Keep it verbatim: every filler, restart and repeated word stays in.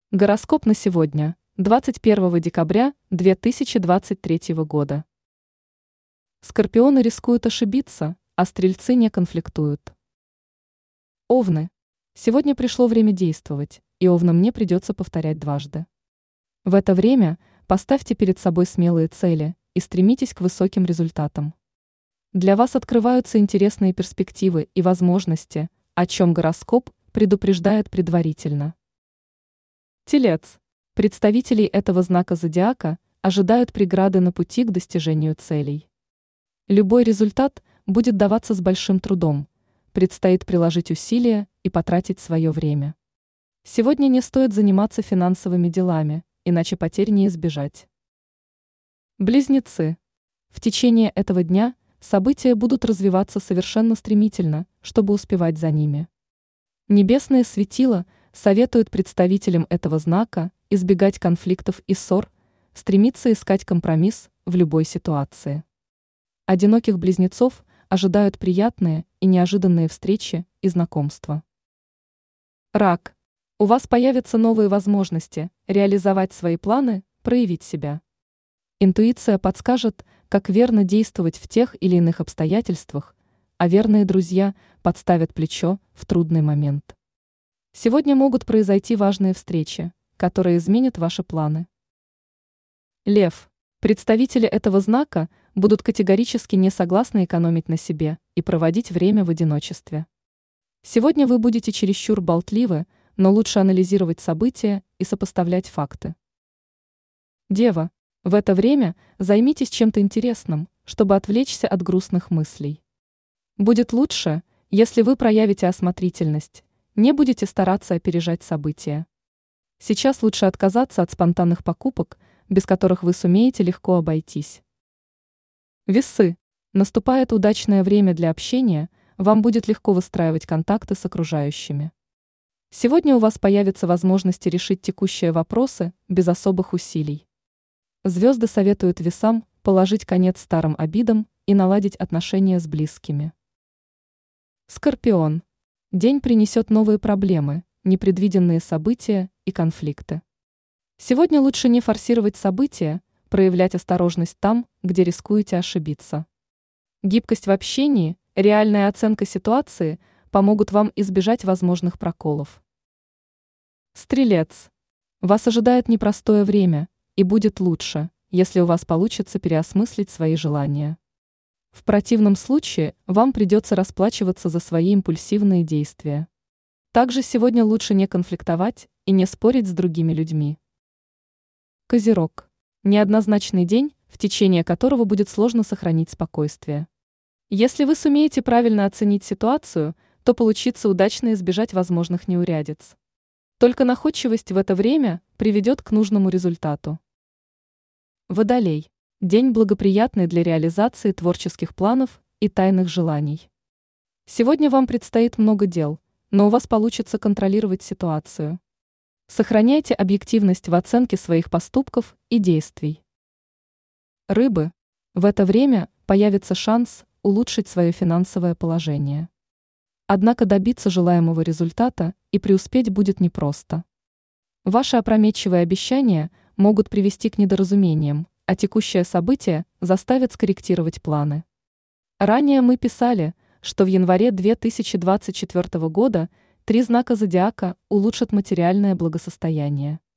Гороскоп на сегодня, двадцать первого декабря две тысячи двадцать третьего года. Скорпионы рискуют ошибиться, а стрельцы не конфликтуют. Овны. Сегодня пришло время действовать, и овнам не придется повторять дважды. В это время поставьте перед собой смелые цели и стремитесь к высоким результатам. Для вас открываются интересные перспективы и возможности, о чем гороскоп предупреждает предварительно. Телец. Представителей этого знака зодиака ожидают преграды на пути к достижению целей. Любой результат будет даваться с большим трудом, предстоит приложить усилия и потратить свое время. Сегодня не стоит заниматься финансовыми делами, иначе потерь не избежать. Близнецы. В течение этого дня события будут развиваться совершенно стремительно, чтобы успевать за ними. Небесные светила советуют представителям этого знака избегать конфликтов и ссор, стремиться искать компромисс в любой ситуации. Одиноких близнецов ожидают приятные и неожиданные встречи и знакомства. Рак. У вас появятся новые возможности реализовать свои планы, проявить себя. Интуиция подскажет, как верно действовать в тех или иных обстоятельствах, а верные друзья подставят плечо в трудный момент. Сегодня могут произойти важные встречи, которые изменят ваши планы. Лев. Представители этого знака будут категорически не согласны экономить на себе и проводить время в одиночестве. Сегодня вы будете чересчур болтливы, но лучше анализировать события и сопоставлять факты. Дева. В это время займитесь чем-то интересным, чтобы отвлечься от грустных мыслей. Будет лучше, если вы проявите осмотрительность, не будете стараться опережать события. Сейчас лучше отказаться от спонтанных покупок, без которых вы сумеете легко обойтись. Весы. Наступает удачное время для общения, вам будет легко выстраивать контакты с окружающими. Сегодня у вас появятся возможности решить текущие вопросы без особых усилий. Звезды советуют весам положить конец старым обидам и наладить отношения с близкими. Скорпион. День принесет новые проблемы, непредвиденные события и конфликты. Сегодня лучше не форсировать события, проявлять осторожность там, где рискуете ошибиться. Гибкость в общении, реальная оценка ситуации помогут вам избежать возможных проколов. Стрелец. Вас ожидает непростое время, и будет лучше, если у вас получится переосмыслить свои желания. В противном случае вам придется расплачиваться за свои импульсивные действия. Также сегодня лучше не конфликтовать и не спорить с другими людьми. Козерог. Неоднозначный день, в течение которого будет сложно сохранить спокойствие. Если вы сумеете правильно оценить ситуацию, то получится удачно избежать возможных неурядиц. Только находчивость в это время приведет к нужному результату. Водолей. День благоприятный для реализации творческих планов и тайных желаний. Сегодня вам предстоит много дел, но у вас получится контролировать ситуацию. Сохраняйте объективность в оценке своих поступков и действий. Рыбы. В это время появится шанс улучшить свое финансовое положение. Однако добиться желаемого результата и преуспеть будет непросто. Ваши опрометчивые обещания могут привести к недоразумениям, а текущее событие заставит скорректировать планы. Ранее мы писали, что в январе две тысячи двадцать четвёртого года три знака зодиака улучшат материальное благосостояние.